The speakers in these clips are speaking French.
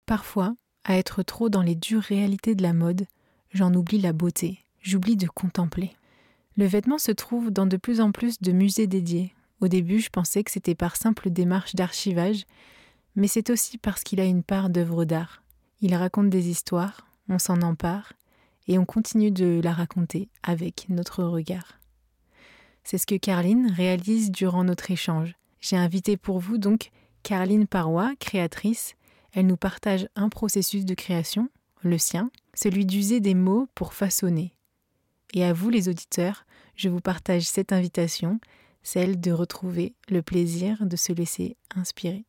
Parfois, à être trop dans les dures réalités de la mode, j'en oublie la beauté, j'oublie de contempler. Le vêtement se trouve dans de plus en plus de musées dédiés. Au début, je pensais que c'était par simple démarche d'archivage, mais c'est aussi parce qu'il a une part d'œuvre d'art. Il raconte des histoires, on s'en empare, et on continue de la raconter avec notre regard. C'est ce que Carline réalise durant notre échange. J'ai invité pour vous donc Carline Parois, créatrice. Elle nous partage un processus de création, le sien, celui d'user des mots pour façonner. Et à vous les auditeurs, je vous partage cette invitation, celle de retrouver le plaisir de se laisser inspirer.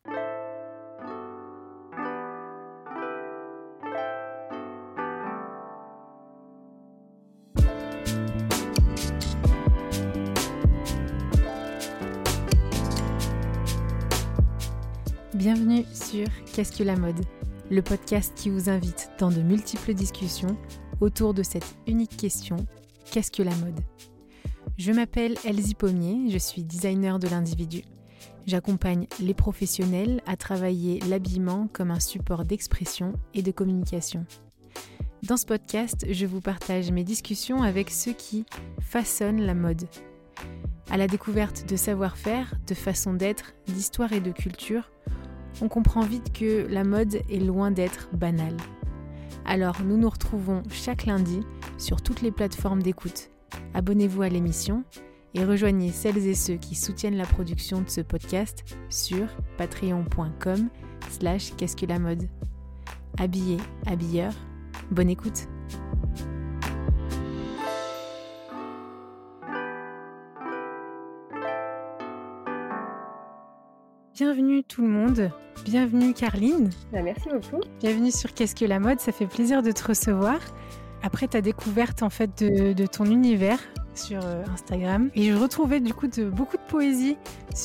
Bienvenue sur Qu'est-ce que la mode ? Le podcast qui vous invite dans de multiples discussions autour de cette unique question, qu'est-ce que la mode ? Je m'appelle Elsie Pommier, je suis designer de l'individu. J'accompagne les professionnels à travailler l'habillement comme un support d'expression et de communication. Dans ce podcast, je vous partage mes discussions avec ceux qui façonnent la mode. À la découverte de savoir-faire, de façon d'être, d'histoire et de culture, on comprend vite que la mode est loin d'être banale. Alors nous nous retrouvons chaque lundi sur toutes les plateformes d'écoute. Abonnez-vous à l'émission et rejoignez celles et ceux qui soutiennent la production de ce podcast sur patreon.com/qu'est-ce que la mode. Habillé, habilleur, bonne écoute. Bienvenue tout le monde, bienvenue Carline. Merci beaucoup. Bienvenue sur Qu'est-ce que la mode, ça fait plaisir de te recevoir. Après ta découverte en fait de ton univers sur Instagram, et je retrouvais du coup beaucoup de poésie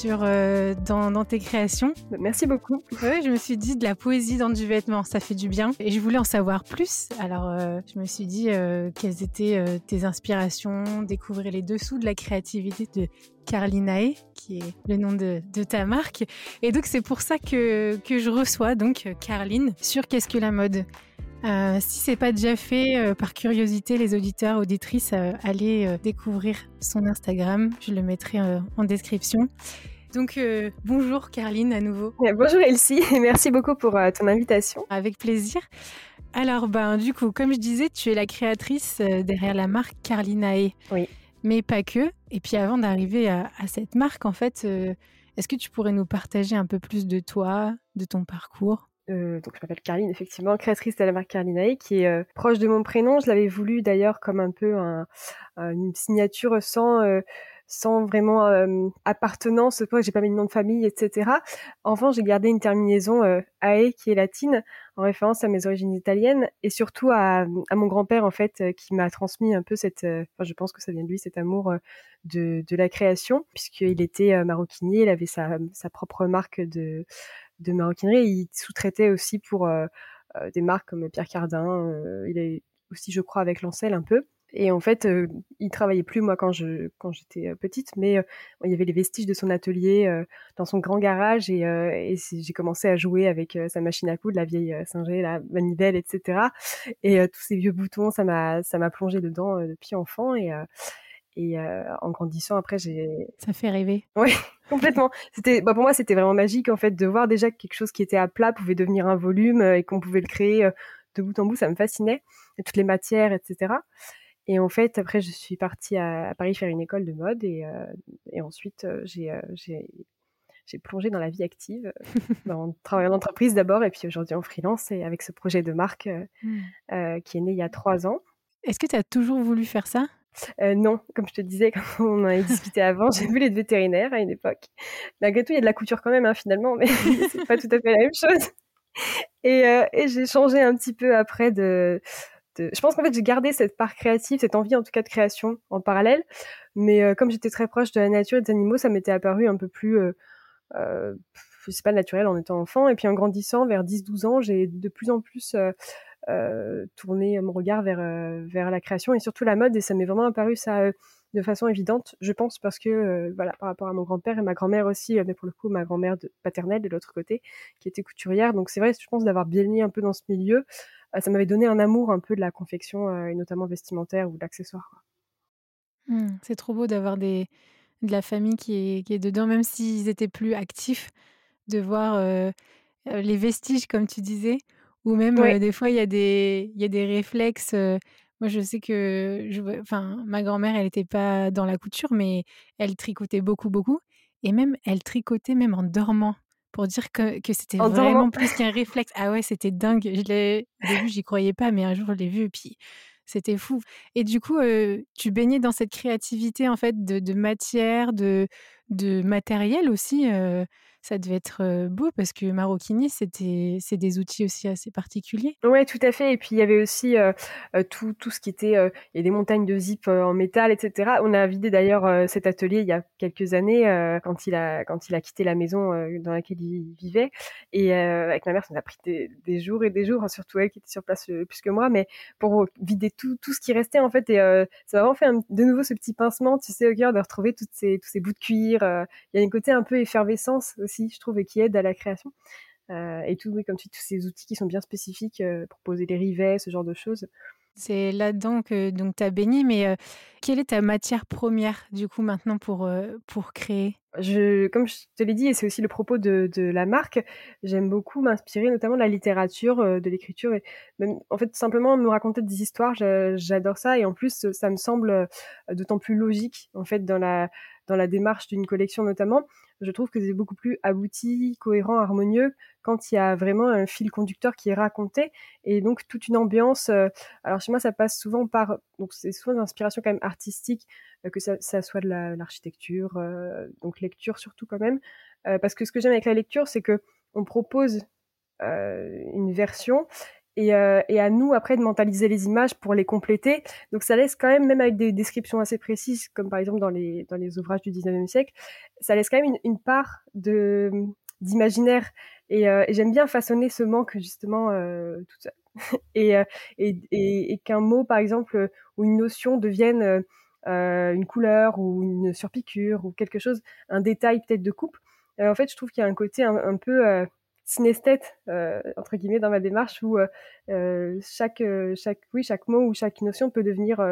dans tes créations. Merci beaucoup. Ouais, je me suis dit de la poésie dans du vêtement, ça fait du bien et je voulais en savoir plus. Alors je me suis dit quelles étaient tes inspirations, découvrir les dessous de la créativité de Carlinae, qui est le nom de ta marque. Et donc c'est pour ça que je reçois donc Carline sur Qu'est-ce que la mode. Si c'est pas déjà fait, par curiosité, les auditeurs, auditrices, allez découvrir son Instagram. Je le mettrai en description. Donc bonjour Carline à nouveau. Bonjour Elsie, et merci beaucoup pour ton invitation. Avec plaisir. Alors du coup, comme je disais, tu es la créatrice derrière la marque Carlinae. Oui. Mais pas que. Et puis avant d'arriver à cette marque, en fait, est-ce que tu pourrais nous partager un peu plus de toi, de ton parcours ? Donc je m'appelle Carline, effectivement, créatrice de la marque Carlinae, qui est proche de mon prénom. Je l'avais voulu d'ailleurs comme un peu une signature sans vraiment appartenance. J'ai pas mis de nom de famille, etc. Enfin, j'ai gardé une terminaison AE qui est latine, en référence à mes origines italiennes, et surtout à mon grand-père en fait, qui m'a transmis un peu je pense que ça vient de lui, cet amour de la création, puisqu'il était maroquinier, il avait sa propre marque de maroquinerie. Il sous-traitait aussi pour des marques comme Pierre Cardin. Il est aussi, je crois, avec Lancel un peu. Et en fait, il travaillait plus moi quand j'étais petite, mais il y avait les vestiges de son atelier dans son grand garage et j'ai commencé à jouer avec sa machine à coudre, la vieille Singer, la manivelle, etc. Et tous ces vieux boutons, ça m'a plongé dedans depuis enfant et en grandissant après Ça fait rêver. Ouais, complètement. Pour moi c'était vraiment magique en fait de voir déjà que quelque chose qui était à plat pouvait devenir un volume et qu'on pouvait le créer de bout en bout, ça me fascinait, et toutes les matières, etc. Et en fait après je suis partie à Paris faire une école de mode et ensuite j'ai plongé dans la vie active en travaillant en entreprise d'abord et puis aujourd'hui en freelance et avec ce projet de marque qui est né il y a 3 ans. Est-ce que tu as toujours voulu faire ça ? Non, comme je te disais, comme on en avait discuté avant, j'ai voulu être vétérinaire à une époque. Malgré tout, il y a de la couture quand même, finalement, mais c'est pas tout à fait la même chose. Et j'ai changé un petit peu après je pense qu'en fait, j'ai gardé cette part créative, cette envie en tout cas de création en parallèle. Mais comme j'étais très proche de la nature et des animaux, ça m'était apparu un peu plus, je sais pas, naturel en étant enfant. Et puis en grandissant, vers 10-12 ans, j'ai de plus en plus tourner mon regard vers la création et surtout la mode et ça m'est vraiment apparu ça, de façon évidente, je pense parce que, voilà, par rapport à mon grand-père et ma grand-mère aussi, mais pour le coup ma grand-mère paternelle de l'autre côté, qui était couturière. Donc c'est vrai, je pense d'avoir baigné un peu dans ce milieu, ça m'avait donné un amour un peu de la confection, et notamment vestimentaire ou d'accessoires, quoi. C'est trop beau d'avoir de la famille qui est dedans, même s'ils étaient plus actifs, de voir, les vestiges comme tu disais ou même, Ouais, des fois il y a des réflexes, moi je sais que je vois enfin ma grand-mère elle était pas dans la couture mais elle tricotait beaucoup, beaucoup et même elle tricotait même en dormant pour dire que c'était en dormant. vraiment plus qu'un réflexe. Ah ouais, c'était dingue. Au début j'y croyais pas mais un jour je l'ai vu et puis c'était fou et du coup, tu baignais dans cette créativité en fait de matière, de matériel aussi, ça devait être, beau parce que maroquiner, c'est des outils aussi assez particuliers. Ouais, tout à fait et puis il y avait aussi, tout ce qui était, il y a des montagnes de zip, en métal et cetera. On a vidé d'ailleurs, cet atelier il y a quelques années, quand il a quitté la maison, dans laquelle il vivait et avec ma mère, ça nous a pris des jours et des jours, hein, surtout elle qui était sur place, plus que moi, mais pour vider tout ce qui restait en fait et ça m'a vraiment fait de nouveau ce petit pincement, tu sais, au cœur de retrouver tous ces bouts de cuir, il y a un côté un peu effervescence aussi, je trouve et qui aide à la création. Et tout, oui, comme tu dis, tous ces outils qui sont bien spécifiques, pour poser les rivets, ce genre de choses. C'est là-dedans que donc tu as baigné, mais quelle est ta matière première du coup maintenant pour créer? Comme je te l'ai dit et c'est aussi le propos de la marque, j'aime beaucoup m'inspirer notamment de la littérature, de l'écriture et même en fait, simplement me raconter des histoires, j'adore ça et en plus, ça me semble, d'autant plus logique, en fait, dans la démarche d'une collection notamment. Je trouve que c'est beaucoup plus abouti, cohérent, harmonieux quand il y a vraiment un fil conducteur qui est raconté et donc toute une ambiance, alors chez moi, ça passe souvent par donc c'est souvent une inspiration quand même artistique, que ça soit de l'architecture, donc lecture surtout quand même. Parce que ce que j'aime avec la lecture, c'est qu'on propose, une version et à nous après de mentaliser les images pour les compléter. Donc ça laisse quand même avec des descriptions assez précises, comme par exemple dans les ouvrages du 19e siècle, ça laisse quand même une part d'imaginaire et j'aime bien façonner ce manque justement, toute seule et qu'un mot, par exemple, ou une notion devienne, une couleur ou une surpiqûre ou quelque chose, un détail peut-être de coupe. En fait, je trouve qu'il y a un côté un peu, «synesthète», entre guillemets, dans ma démarche où, chaque mot ou chaque notion peut devenir,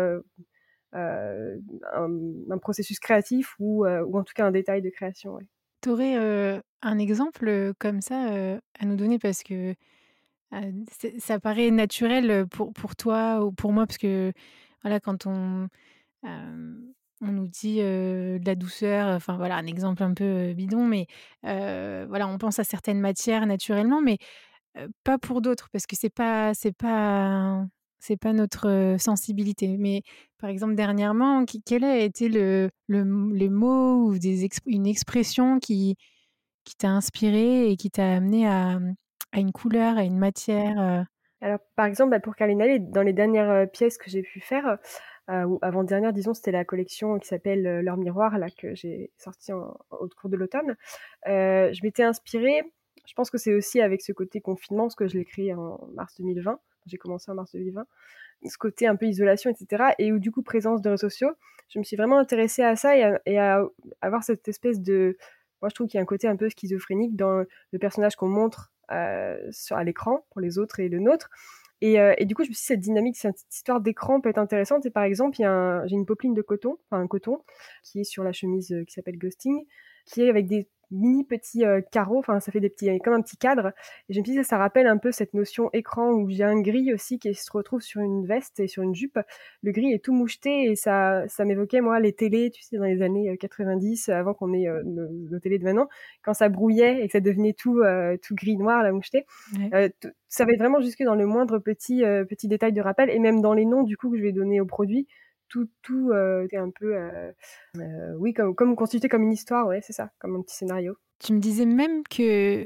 un processus créatif ou en tout cas un détail de création, ouais. Tu aurais, un exemple, comme ça, à nous donner? Parce que, ça paraît naturel, pour toi ou pour moi parce que, voilà, quand on nous dit, de la douceur, enfin, voilà, un exemple un peu, bidon, mais voilà, on pense à certaines matières naturellement, mais pas pour d'autres parce que c'est pas notre, sensibilité. Mais par exemple dernièrement, quel a été les mots ou une expression qui t'a inspiré et qui t'a amené à une couleur, à une matière, Alors, par exemple, pour Cardinal, dans les dernières, pièces que j'ai pu faire, ou avant-dernière disons, c'était la collection qui s'appelle, L'Heure Miroir là que j'ai sortie au cours de l'automne. Je m'étais inspirée, je pense que c'est aussi avec ce côté confinement, parce que je l'ai créé en mars 2020. J'ai commencé en mars 2020. Ce côté un peu isolation et cetera et où du coup présence de réseaux sociaux, je me suis vraiment intéressée à ça et à avoir cette espèce de moi je trouve qu'il y a un côté un peu schizophrénique dans le personnage qu'on montre, à l'écran pour les autres et le nôtre et du coup je me suis dit cette dynamique, cette histoire d'écran peut être intéressante et par exemple j'ai une popeline de coton, enfin un coton, qui est sur la chemise, qui s'appelle Ghosting, qui est avec des mini petits, carreaux, enfin ça fait des petits comme un petit cadre et je me suis dit ça rappelle un peu cette notion écran où il y a un gris aussi qui se retrouve sur une veste et sur une jupe. Le gris est tout moucheté et ça m'évoquait moi les télés, tu sais dans les années, 90 avant qu'on ait, nos télés de maintenant, quand ça brouillait et que ça devenait tout gris noir là moucheté. ouais. T Ça va être vraiment jusque dans le moindre petit détail de rappel et même dans les noms du coup que je vais donner aux produits, tout est un peu, oui comme constitué comme une histoire, ouais c'est ça, comme un petit scénario. Tu me disais même que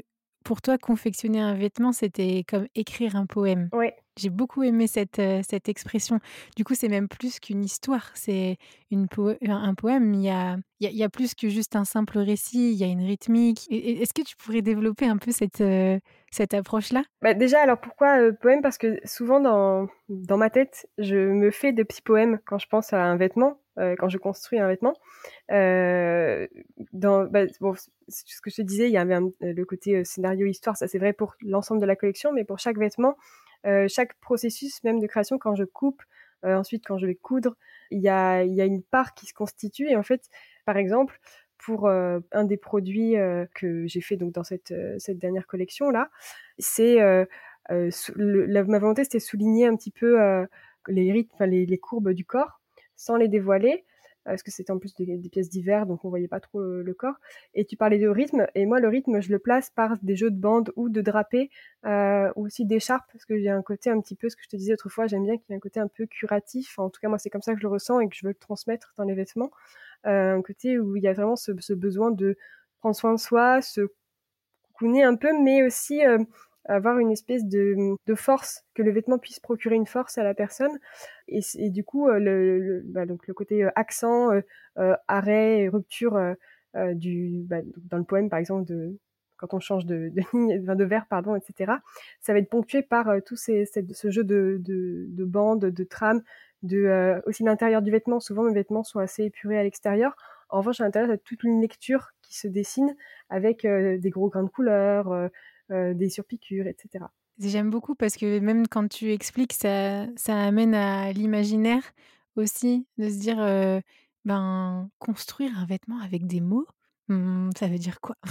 pour toi, confectionner un vêtement, c'était comme écrire un poème. Ouais. J'ai beaucoup aimé cette expression. Du coup, c'est même plus qu'une histoire, c'est un poème. Il y a plus que juste un simple récit, il y a une rythmique. Est-ce que tu pourrais développer un peu cette approche-là? Bah, déjà, alors pourquoi, poème? Parce que souvent dans ma tête, je me fais de petits poèmes quand je pense à un vêtement, quand je construis un vêtement. Heu, bon, c'est ce que je te disais, il y avait le côté, scénario histoire, ça c'est vrai pour l'ensemble de la collection, mais pour chaque vêtement, chaque processus même de création quand je coupe, ensuite quand je vais coudre, il y a une part qui se constitue et en fait, par exemple, pour, un des produits, que j'ai fait donc dans cette dernière collection-là, c'est, ma volonté c'était de souligner un petit peu, les rythmes, enfin les courbes du corps, sans les dévoiler, parce que c'était en plus des pièces d'hiver, donc on voyait pas trop, le corps et tu parlais de rythme et moi le rythme je le place par des jeux de bandes ou de drapés, ou aussi d'écharpes parce que j'ai un côté un petit peu ce que je te disais autrefois, j'aime bien qu'il y ait un côté un peu curatif. En tout cas moi c'est comme ça que je le ressens et que je veux le transmettre dans les vêtements. Un côté où il y a vraiment ce besoin de prendre soin de soi, se cocooner un peu, mais aussi, avoir une espèce de force, que le vêtement puisse procurer une force à la personne et du coup, donc le côté, accent, arrêt et rupture, dans le poème par exemple de quand on change de ligne, enfin de vers pardon et cetera, ça va être ponctué par, tous ce jeu de bandes, de trames, aussi l'intérieur du vêtement. Souvent mes vêtements sont assez épurés à l'extérieur. En revanche à l'intérieur, il y a toute une lecture qui se dessine avec, des gros grains de couleur, des surpiqûres et cetera. J'aime beaucoup parce que même quand tu expliques, ça amène à l'imaginaire aussi, de se dire, ben, construire un vêtement avec des mots, ça veut dire quoi?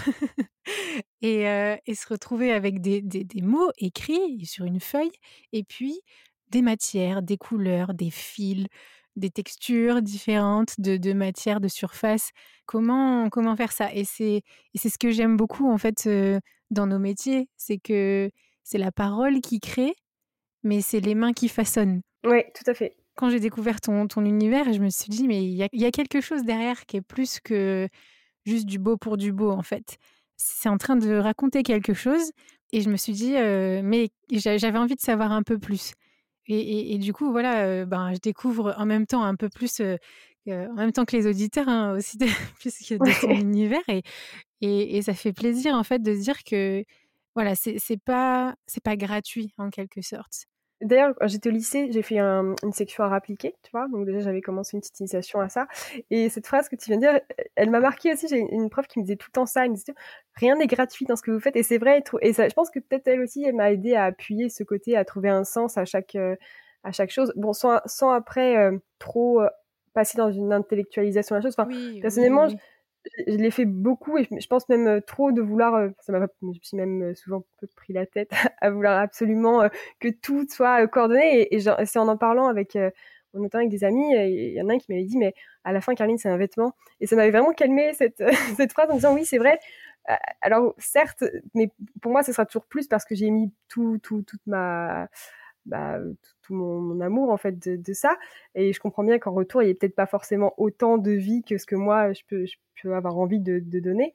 Et se retrouver avec des mots écrits sur une feuille et puis des matières, des couleurs, des fils, des textures différentes de matières, de surface. Comment faire ça? Et c'est ce que j'aime beaucoup en fait, dans nos métiers, c'est que c'est la parole qui crée, mais c'est les mains qui façonnent. Ouais, tout à fait. Quand j'ai découvert ton univers, je me suis dit: «Mais il y a quelque chose derrière qui est plus que juste du beau pour du beau, en fait. C'est en train de raconter quelque chose» et je me suis dit, mais j'avais envie de savoir un peu plus et du coup, voilà, ben, je découvre en même temps un peu plus, en même temps que les auditeurs, hein, aussi de puisque de ton Ouais. univers et ça fait plaisir, en fait, de se dire que, voilà, c'est pas gratuit, en quelque sorte. D'ailleurs, quand j'étais au lycée, j'ai fait une section art appliqué, tu vois? Donc déjà, j'avais commencé une petite initiation à ça et cette phrase que tu viens de dire, elle m'a marquée aussi. J'ai une prof qui me disait tout le temps ça, elle me disait: «Rien n'est gratuit dans ce que vous faites» et c'est vrai et ça je pense que peut-être elle aussi, elle m'a aidée à appuyer ce côté, à trouver un sens à chaque chose. Bon, sans après, trop, passer dans une intellectualisation de la chose. Enfin, Oui, oui, personnellement, oui. je l'ai fait beaucoup et je pense même, trop de vouloir, ça m'a je me suis même, souvent un peu pris la tête à vouloir absolument, que tout soit, coordonné et genre c'est en parlant avec, notamment avec des amis et il y en a un qui m'avait dit: «Mais à la fin Caroline, c'est un vêtement» et ça m'avait vraiment calmé cette, cette phrase en me disant: «Oui, c'est vrai». Alors certes, mais pour moi, ce sera toujours plus parce que j'ai mis toute ma tout mon amour en fait de ça et je comprends bien qu'en retour, il y ait peut-être pas forcément autant de vie que ce que moi je peux avoir envie de donner.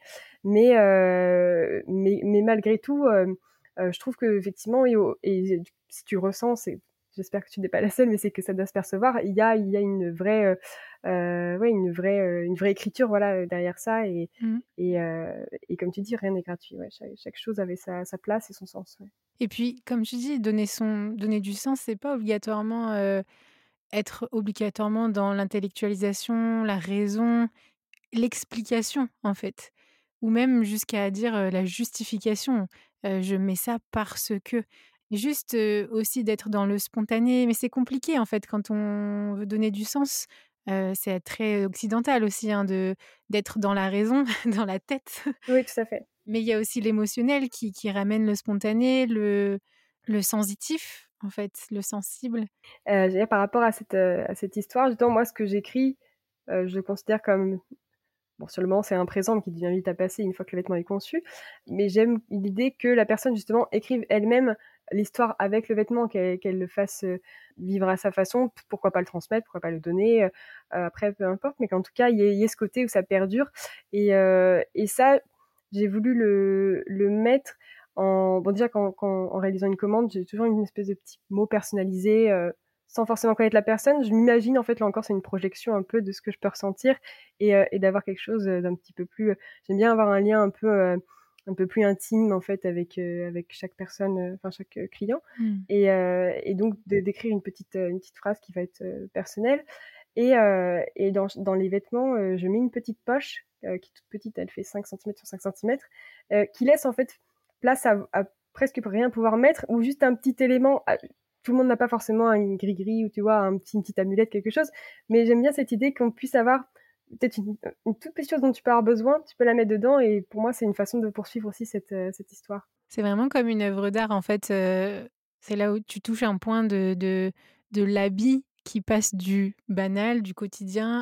Mais malgré tout, je trouve qu'effectivement et si tu ressens, j'espère que tu n'es pas la seule, mais c'est que ça doit se percevoir. Il y a une vraie, ouais, une vraie écriture, voilà, derrière ça Mmh. et comme tu dis, rien n'est gratuit, ouais. Chaque chose avait sa place et son sens, ouais. Et puis, comme tu dis, donner du sens, c'est pas obligatoirement, être obligatoirement dans l'intellectualisation, la raison, l'explication, en fait. Ou même jusqu'à dire, la justification. Je mets ça parce que. Juste, aussi d'être dans le spontané, mais c'est compliqué, en fait, quand on veut donner du sens. C'est très occidental aussi, hein, d'être dans la raison, dans la tête. Oui, tout à fait. Mais il y a aussi l'émotionnel qui ramène le spontané, le sensitif, en fait, le sensible. Je dirais par rapport à cette histoire, justement, moi, ce que j'écris, je le considère comme bon, sur le moment, c'est un présent mais qui devient vite à passer une fois que le vêtement est conçu. Mais j'aime l'idée que la personne, justement, écrive elle-même l'histoire avec le vêtement, qu'elle le fasse, vivre à sa façon. Pourquoi pas le transmettre, pourquoi pas le donner, après peu importe, mais qu'en tout cas, il y ait ce côté où ça perdure et ça, j'ai voulu le mettre Bon, déjà, en réalisant une commande, j'ai toujours une espèce de petit mot personnalisé, sans forcément connaître la personne. Je m'imagine, en fait, là encore, c'est une projection un peu de ce que je peux ressentir et d'avoir quelque chose, d'un petit peu plus, j'aime bien avoir un lien un peu plus intime, en fait, avec chaque personne, enfin chaque, client Mmh. et donc d'écrire une petite phrase qui va être, personnelle et dans les vêtements, je mets une petite poche, qui est toute petite, elle fait 5 centimètres sur 5 centimètres, qui laisse en fait place à presque rien pouvoir mettre ou juste un petit élément. Tout le monde n'a pas forcément une gris-gris ou tu vois une petite amulette, quelque chose, mais j'aime bien cette idée qu'on puisse avoir peut-être une toute petite chose dont tu peux avoir besoin, tu peux la mettre dedans et pour moi c'est une façon de poursuivre aussi cette histoire. C'est vraiment comme une œuvre d'art en fait, c'est là où tu touches un point de l'habit qui passe du banal, du quotidien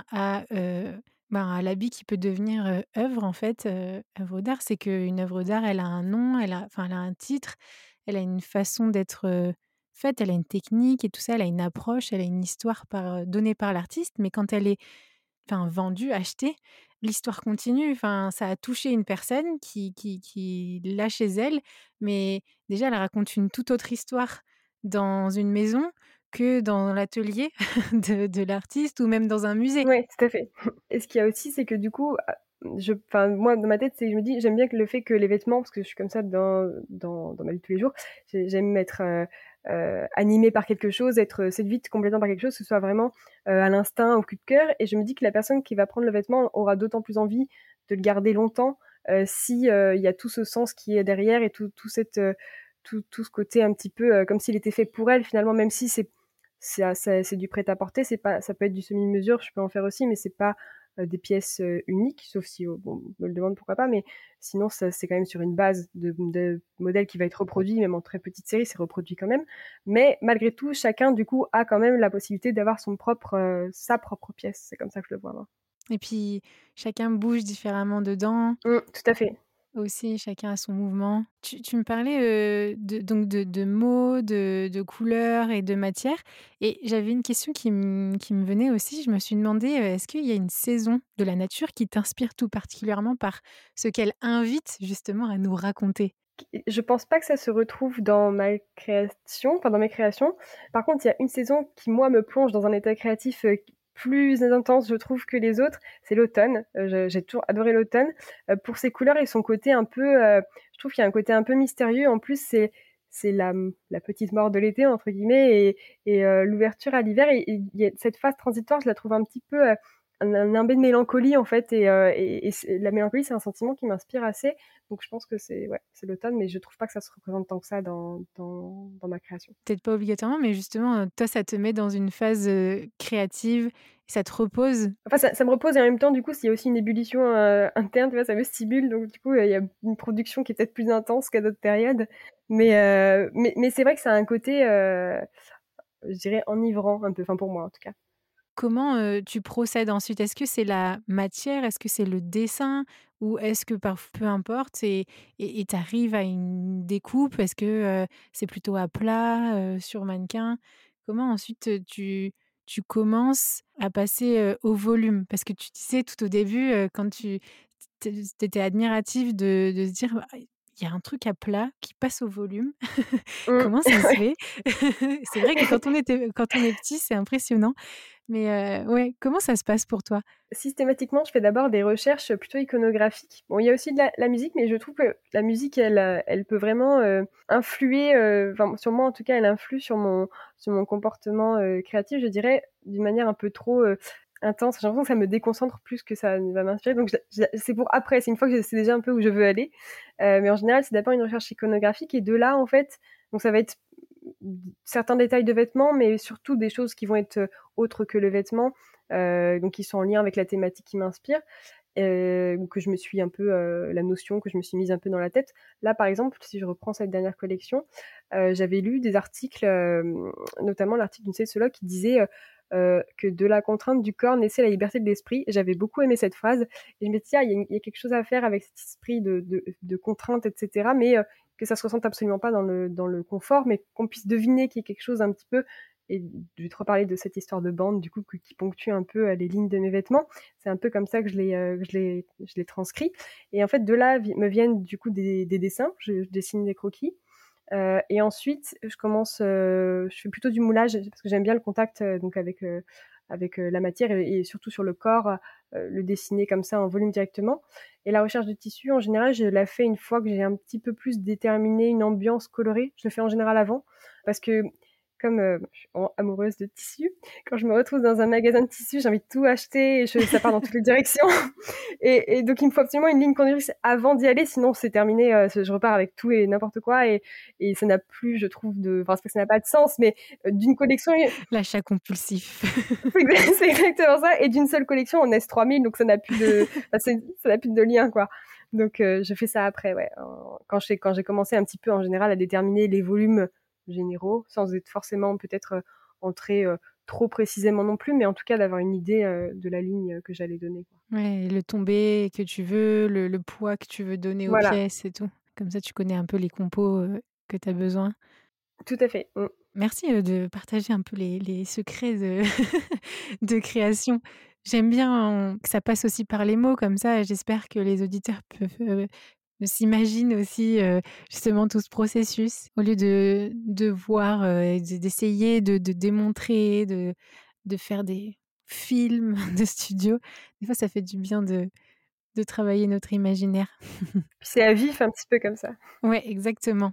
à l'habit qui peut devenir, œuvre en fait, œuvre d'art. C'est qu'une œuvre d'art, elle a un nom, elle a un titre, elle a une façon d'être, faite, elle a une technique et tout ça, elle a une approche, elle a une histoire donnée par l'artiste, mais quand elle est vendu, acheté, l'histoire continue. Enfin, ça a touché une personne qui l'a chez elle, mais déjà, elle raconte une toute autre histoire dans une maison que dans l'atelier de l'artiste ou même dans un musée. Ouais, tout à fait. Et ce qu'il y a aussi, c'est que du coup, moi, dans ma tête, c'est que je me dis: «J'aime bien que le fait que les vêtements» parce que je suis comme ça dans ma vie de tous les jours, j'aime être, animée par quelque chose, être séduite complètement par quelque chose, que ce soit vraiment, à l'instinct, au coup de cœur et je me dis que la personne qui va prendre le vêtement aura d'autant plus envie de le garder longtemps, si, il y a tout ce sens qui est derrière et tout ce côté un petit peu, comme s'il était fait pour elle finalement, même si c'est du prêt-à-porter, c'est pas ça peut être du semi-mesure, je peux en faire aussi, mais c'est pas, des pièces, uniques, sauf si, bon, on me le demande, pourquoi pas, mais sinon ça c'est quand même sur une base de modèle qui va être reproduit, même en très petite série, c'est reproduit quand même. Mais malgré tout, chacun du coup a quand même la possibilité d'avoir sa propre pièce. C'est comme ça que je le vois moi. Et puis, chacun bouge différemment dedans. Tout à fait. Aussi, chacun a son mouvement. Tu me parlais, de mots, de couleurs et de matières et j'avais une question qui me venait aussi. Je me suis demandé, est-ce qu'il y a une saison de la nature qui t'inspire tout particulièrement par ce qu'elle invite justement à nous raconter? Je pense pas que ça se retrouve dans ma création, enfin dans mes créations. Par contre, il y a une saison qui, moi, me plonge dans un état créatif, plus intense, je trouve, que les autres, c'est l'automne. J'ai toujours adoré l'automne, pour ses couleurs et son côté un peu, je trouve qu'il y a un côté un peu mystérieux. En plus, c'est la «petite mort de l'été» entre guillemets et l'ouverture à l'hiver et il y a cette phase transitoire, je la trouve un petit peu, un nimbé de mélancolie, en fait et c'est la mélancolie, c'est un sentiment qui m'inspire assez donc je pense que c'est l'automne, mais je trouve pas que ça se représente tant que ça dans ma création. Peut-être pas obligatoirement, mais justement, toi, ça te met dans une phase, créative, ça te repose. Enfin, ça me repose et en même temps, du coup, s'il y a aussi une ébullition, interne, tu vois, ça me stimule donc du coup, il y a une production qui est peut-être plus intense qu'à d'autres périodes. Mais c'est vrai que ça a un côté, je dirais enivrant un peu, enfin pour moi en tout cas. Comment, tu procèdes ensuite? Est-ce que c'est la matière? Est-ce que c'est le dessin? Ou est-ce que peu importe et tu arrives à une découpe? Est-ce que, c'est plutôt à plat, sur mannequin? Comment ensuite, tu commences à passer, au volume? Parce que tu disais tout au début, quand tu étais admirative de se dire: «Bah, il y a un truc à plat qui passe au volume». Mmh. Comment ça se Ouais. fait? C'est vrai que quand on est petit, c'est impressionnant. Mais ouais, comment ça se passe pour toi? Systématiquement, je fais d'abord des recherches, plutôt iconographiques. Bon, il y a aussi de la musique, mais je trouve que la musique, elle peut vraiment, influer, enfin, sur moi, en tout cas, elle influe sur mon comportement, créatif, je dirais, d'une manière un peu trop, intense. J'ai l'impression que ça me déconcentre plus que ça ne va m'inspirer, donc c'est pour après, c'est une fois que je sais déjà un peu où je veux aller, mais en général, c'est d'abord une recherche iconographique et de là, en fait, donc ça va être certains détails de vêtements, mais surtout des choses qui vont être, autres que le vêtement, donc qui sont en lien avec la thématique qui m'inspire, ou que je me suis un peu, la notion que je me suis mise un peu dans la tête. Là, par exemple, si je reprends cette dernière collection, j'avais lu des articles, notamment l'article d'une sexologue qui disait, que de la contrainte du corps naissait la liberté de l'esprit. J'avais beaucoup aimé cette phrase et je me dis: «Ah, il y a quelque chose à faire avec cet esprit de contrainte et cetera», mais que ça se ressente absolument pas dans le confort, mais qu'on puisse deviner qu'il y a quelque chose un petit peu et je vais te reparler de cette histoire de bande du coup qui ponctue un peu les lignes de mes vêtements. C'est un peu comme ça que je l'ai transcrit. Et en fait, de là me viennent du coup des dessins. Je dessine des croquis. Et ensuite, je fais plutôt du moulage parce que j'aime bien le contact donc avec la matière et surtout sur le corps, le dessiner comme ça en volume directement. Et la recherche de tissu, en général, je la fais une fois que j'ai un petit peu plus déterminé une ambiance colorée. Je le fais en général avant parce que comme je suis amoureuse de tissu, quand je me retrouve dans un magasin de tissu, j'ai envie de tout acheter et ça part dans toutes les directions. Et donc, il me faut absolument une ligne conductrice avant d'y aller, sinon c'est terminé. Je repars avec tout et n'importe quoi et ça n'a plus, je trouve, enfin, c'est pas que ça n'a pas de sens, mais d'une collection, L'achat compulsif. c'est exactement ça. Et d'une seule collection, on est 3000, donc ça n'a plus enfin, ça n'a plus de lien, quoi. Donc, je fais ça après, ouais. Quand j'ai commencé un petit peu, en général, à déterminer les volumes généraux, sans être forcément peut-être entrer trop précisément non plus, mais en tout cas d'avoir une idée de la ligne que j'allais donner, quoi. Ouais, le tombé que tu veux, le poids que tu veux donner aux Voilà, pièces et tout. Comme ça, tu connais un peu les compos, que tu as besoin. tout à fait. Mmh. Merci, de partager un peu les secrets de de création. J'aime bien que ça passe aussi par les mots comme ça, j'espère que les auditeurs peuvent, s'imaginent aussi, justement tout ce processus au lieu de voir, et d'essayer de démontrer, de faire des films de studio. Des fois, ça fait du bien de travailler notre imaginaire. Puis c'est à vif un petit peu comme ça. Ouais, exactement.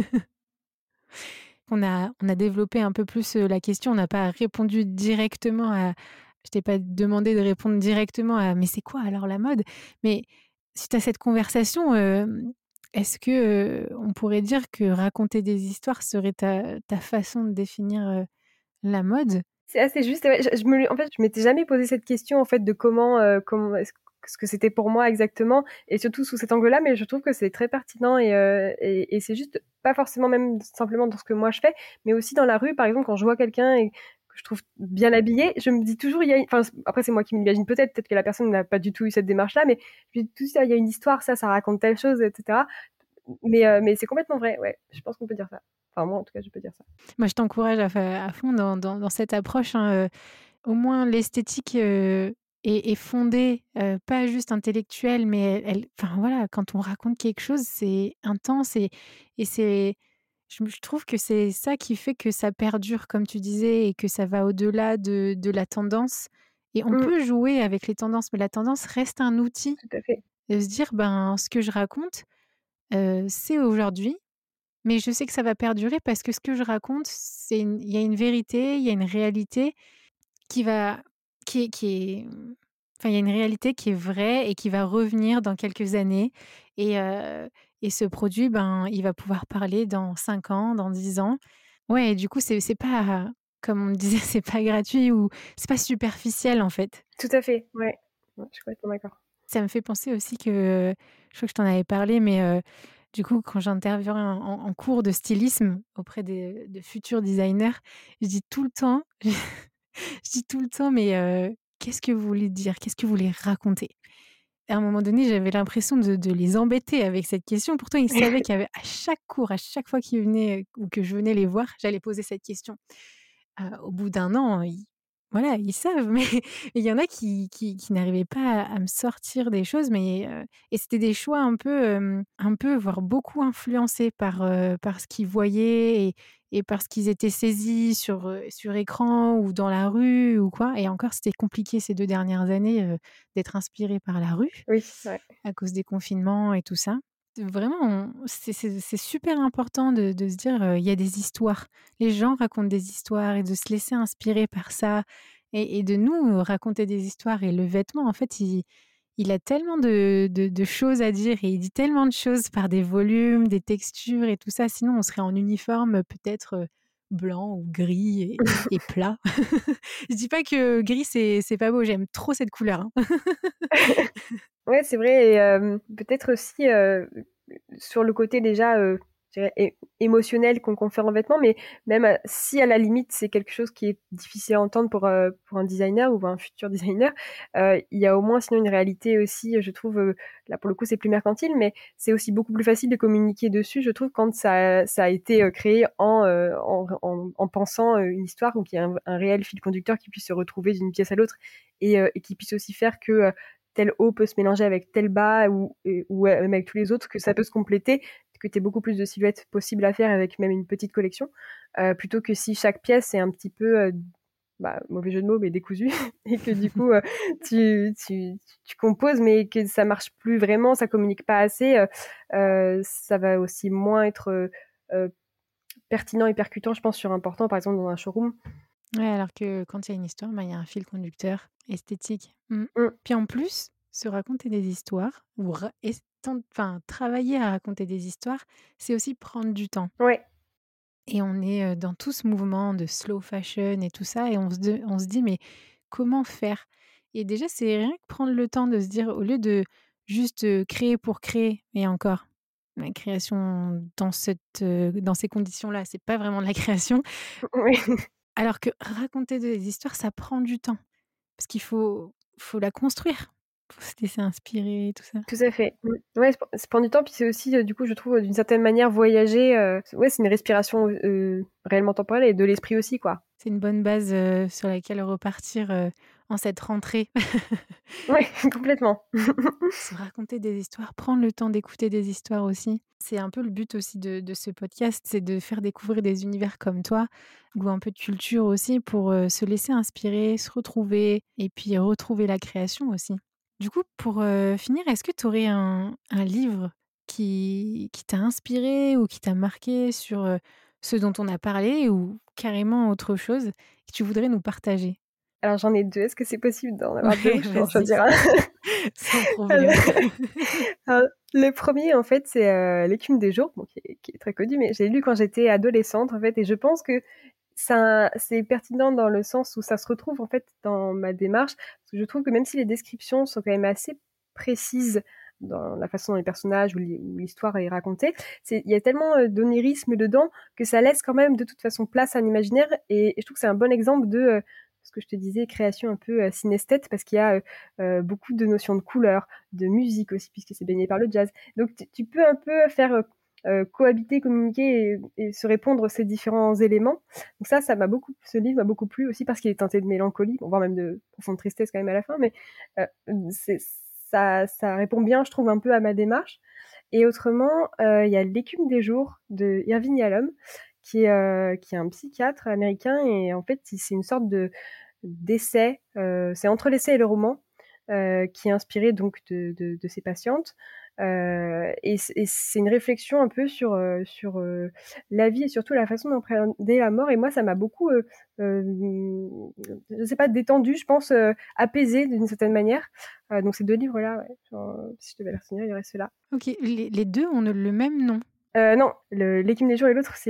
On a développé un peu plus, la question. On n'a pas répondu directement à je t'ai pas demandé de répondre directement à: «Mais c'est quoi alors la mode?» Mais suite à cette conversation, est-ce que, on pourrait dire que raconter des histoires serait ta façon de définir, la mode? C'est assez juste, ouais, en fait, je m'étais jamais posé cette question, en fait, de comment est-ce ce que c'était pour moi exactement et surtout sous cet angle-là, mais je trouve que c'est très pertinent et c'est juste pas forcément même simplement dans ce que moi je fais, mais aussi dans la rue, par exemple, quand je vois quelqu'un et que je trouve bien habillé, je me dis toujours il y a enfin, après c'est moi qui m'imagine peut-être que la personne n'a pas du tout eu cette démarche-là, mais je me dis tout ça, il y a une histoire, ça raconte telle chose et cetera. Mais c'est complètement vrai, ouais, je pense qu'on peut dire ça. Enfin moi, en tout cas, je peux dire ça. Moi, je t'encourage à fond dans cette approche, hein, au moins l'esthétique, est fondée, pas juste intellectuelle, mais elle enfin voilà, quand on raconte quelque chose, c'est intense et c'est je trouve que c'est ça qui fait que ça perdure, comme tu disais et que ça va au-delà de la tendance et on Mmh, peut jouer avec les tendances, mais la tendance reste un outil tout à fait. de se dire: «Ben, ce que je raconte, c'est aujourd'hui, mais je sais que ça va perdurer parce que ce que je raconte, il y a une vérité, il y a une réalité qui va enfin, il y a une réalité qui est vraie et qui va revenir dans quelques années et ce produit, ben, il va pouvoir parler dans 5 ans, dans 10 ans. Ouais et du coup, c'est pas comme on me disait, c'est pas gratuit ou c'est pas superficiel, en fait. Tout à fait, ouais. Ouais, je suis complètement d'accord. Ça me fait penser aussi que, je crois que je t'en avais parlé, mais du coup, quand j'interviens en cours de stylisme auprès de futurs designers, je dis tout le temps je dis tout le temps: «Mais qu'est-ce que vous voulez dire? Qu'est-ce que vous voulez raconter?» À un moment donné, j'avais l'impression de les embêter avec cette question. Pourtant, ils savaient qu'il y avait à chaque cours, à chaque fois qu'ils venaient, ou que je venais les voir, j'allais poser cette question. Au bout d'un an, voilà, ils savent, mais il y en a qui n'arrivaient pas à me sortir des choses, mais et c'était des choix un peu, voire beaucoup influencés par ce qu'ils voyaient et par ce qu'ils étaient saisis sur écran ou dans la rue ou quoi et encore, c'était compliqué ces 2 dernières années, d'être inspiré par la rue, Oui, ouais. à cause des confinements et tout ça. Vraiment, c'est super important de se dire, il y a des histoires. Les gens racontent des histoires et de se laisser inspirer par ça et de nous, raconter des histoires et le vêtement, en fait, il a tellement de choses à dire et il dit tellement de choses par des volumes, des textures et tout ça. Sinon, on serait en uniforme, peut-être, blanc ou gris et plat. Je dis pas que gris, c'est pas beau, j'aime trop cette couleur, hein. Ouais, c'est vrai et peut-être aussi, sur le côté déjà, dirais, émotionnel qu'on confère en vêtements, mais même si à la limite c'est quelque chose qui est difficile à entendre pour un designer ou un futur designer, il y a au moins sinon une réalité aussi, je trouve, là pour le coup c'est plus mercantile, mais c'est aussi beaucoup plus facile de communiquer dessus, je trouve, quand ça a été créé en pensant une histoire ou qu'il y a un réel fil conducteur qui puisse se retrouver d'une pièce à l'autre et qui puisse aussi faire que tel haut peut se mélanger avec tel bas ou même avec tous les autres, que ça peut se compléter, que tu aies beaucoup plus de silhouettes possibles à faire avec même une petite collection, plutôt que si chaque pièce est un petit peu, mauvais jeu de mots, mais décousu, et que du coup, tu composes, mais que ça marche plus vraiment, ça communique pas assez, ça va aussi moins être pertinent et percutant, je pense, sur un portant, par exemple, dans un showroom. Ouais, alors que quand il y a une histoire, il y a un fil conducteur esthétique. Mm. Puis en plus, se raconter des histoires ou travailler à raconter des histoires, c'est aussi prendre du temps. Ouais, Et on est, dans tout ce mouvement de slow fashion et tout ça et on se dit: «Mais comment faire?» Et déjà, c'est rien que prendre le temps de se dire au lieu de juste, créer pour créer et encore, la création dans ces conditions-là, c'est pas vraiment de la création. ouais. Alors que raconter des histoires, ça prend du temps parce qu'il faut la construire, faut se laisser inspirer et tout ça. Tout à fait. Ouais, ça prend du temps, puis c'est aussi, du coup, je trouve, d'une certaine manière, voyager, ouais, c'est une respiration, réellement temporelle et de l'esprit aussi, quoi. C'est une bonne base, sur laquelle repartir, en cette rentrée. Ouais, complètement. Se raconter des histoires, prendre le temps d'écouter des histoires aussi. C'est un peu le but aussi de ce podcast, c'est de faire découvrir des univers comme toi, ou un peu de culture aussi pour, se laisser inspirer, se retrouver et puis retrouver la création aussi. Du coup, pour, finir, est-ce que tu aurais un livre qui t'a inspiré ou qui t'a marqué sur, ce dont on a parlé ou carrément autre chose que tu voudrais nous partager? Alors j'en ai 2. Est-ce que c'est possible d'en avoir 2 Ouais, ou je peux en vas-y, choisir un? sans Alors problème. alors, le premier en fait, c'est, «L'écume des jours», bon qui est très connu, mais je l'ai lu quand j'étais adolescente, en fait, et je pense que ça c'est pertinent dans le sens où ça se retrouve, en fait, dans ma démarche. Parce que je trouve que même si les descriptions sont quand même assez précises dans la façon dont les personnages ou l'histoire est racontée, il y a tellement, d'onirisme dedans que ça laisse quand même de toute façon place à un imaginaire, et je trouve que c'est un bon exemple de, ce que je te disais, création un peu, synesthète, parce qu'il y a, beaucoup de notions de couleur, de musique aussi puisque c'est baigné par le jazz. Donc tu peux un peu faire, cohabiter, communiquer et se répondre ces différents éléments. Donc ça ce livre m'a beaucoup plu aussi parce qu'il est teinté de mélancolie, bon, voire même de profonde tristesse quand même à la fin, mais c'est ça répond bien, je trouve, un peu à ma démarche. Et autrement, il y a L'écume des jours de Irving Yalom qui est un psychiatre américain, et en fait, c'est une sorte d'essai, c'est entre l'essai et le roman, qui est inspiré donc de ses patientes. Et c'est une réflexion un peu sur la vie et surtout la façon d'appréhender la mort, et moi ça m'a beaucoup, je sais pas, détendue, je pense, apaisée d'une certaine manière. Donc ces 2 livres-là, ouais, genre, si je devais les retenir, il y aurait ceux-là. OK, les 2 ont le même nom? Non, L'écume des jours et l'autre c'est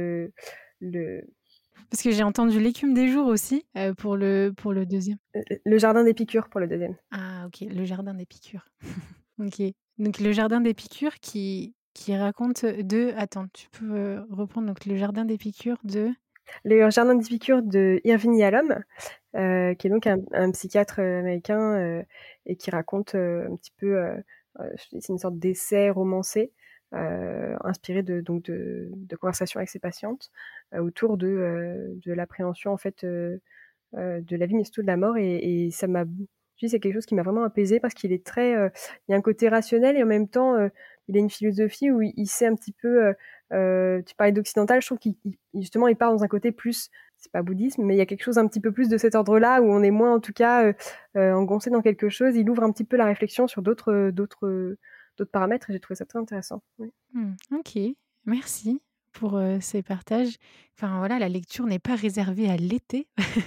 le Parce que j'ai entendu L'écume des jours aussi, pour le deuxième. le jardin des piqûres pour le deuxième. Ah OK, Le jardin des piqûres. OK. Donc Le jardin des piqûres qui raconte, de attends, tu peux, reprendre donc Le jardin des piqûres de? Le jardin des piqûres de Irving Yalom, qui est donc un psychiatre, américain, et qui raconte, un petit peu, c'est une sorte d'essai romancé, inspiré de conversations avec ses patientes, autour de l'appréhension, en fait, de la vie, mais surtout de la mort, et ça m'a je dis c'est quelque chose qui m'a vraiment apaisée parce qu'il est très, il y a un côté rationnel, et en même temps, il a une philosophie où il sait un petit peu, tu parlais d'occidental, je trouve qu'il justement, il part dans un côté plus, c'est pas bouddhisme, mais il y a quelque chose un petit peu plus de cet ordre-là, où on est moins, en tout cas, engoncé dans quelque chose. Il ouvre un petit peu la réflexion sur d'autres paramètres, et j'ai trouvé ça très intéressant. Oui. OK. Merci pour, ces partages. Enfin voilà, la lecture n'est pas réservée à l'été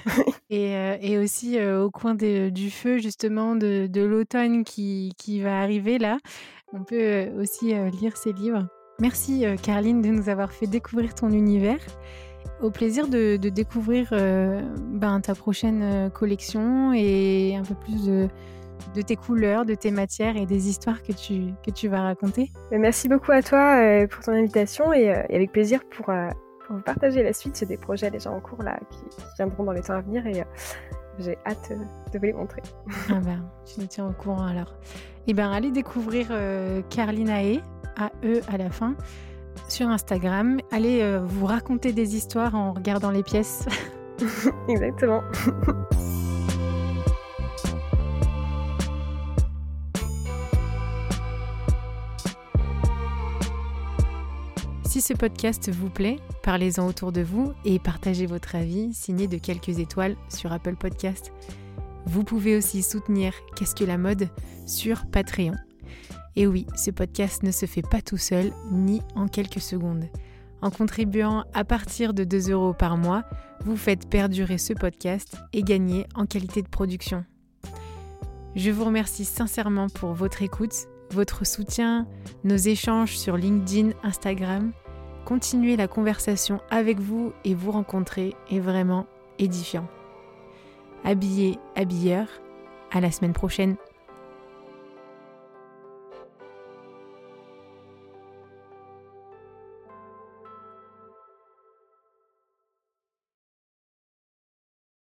et aussi, au coin du feu justement de l'automne qui va arriver là. On peut, aussi, lire ces livres. Merci, Carline de nous avoir fait découvrir ton univers. Au plaisir de découvrir, ta prochaine, collection et un peu plus de tes couleurs, de tes matières et des histoires que tu vas raconter. Merci beaucoup à toi pour ton invitation et avec plaisir pour vous partager la suite. J'ai des projets déjà en cours là qui viendront dans les temps à venir et j'ai hâte de vous les montrer. Ah ben, tu nous tiens au courant alors. Et ben, allez découvrir Carlinae, A-E à la fin, sur Instagram. Allez vous raconter des histoires en regardant les pièces. Exactement. Si ce podcast vous plaît, parlez-en autour de vous et partagez votre avis signé de quelques étoiles sur Apple Podcast. Vous pouvez aussi soutenir Qu'est-ce que la mode sur Patreon. Et oui, ce podcast ne se fait pas tout seul ni en quelques secondes. En contribuant à partir de 2 € par mois, vous faites perdurer ce podcast et gagner en qualité de production. Je vous remercie sincèrement pour votre écoute, votre soutien, nos échanges sur LinkedIn, Instagram. Continuer la conversation avec vous et vous rencontrer est vraiment édifiant. Habillé, habilleur, à la semaine prochaine.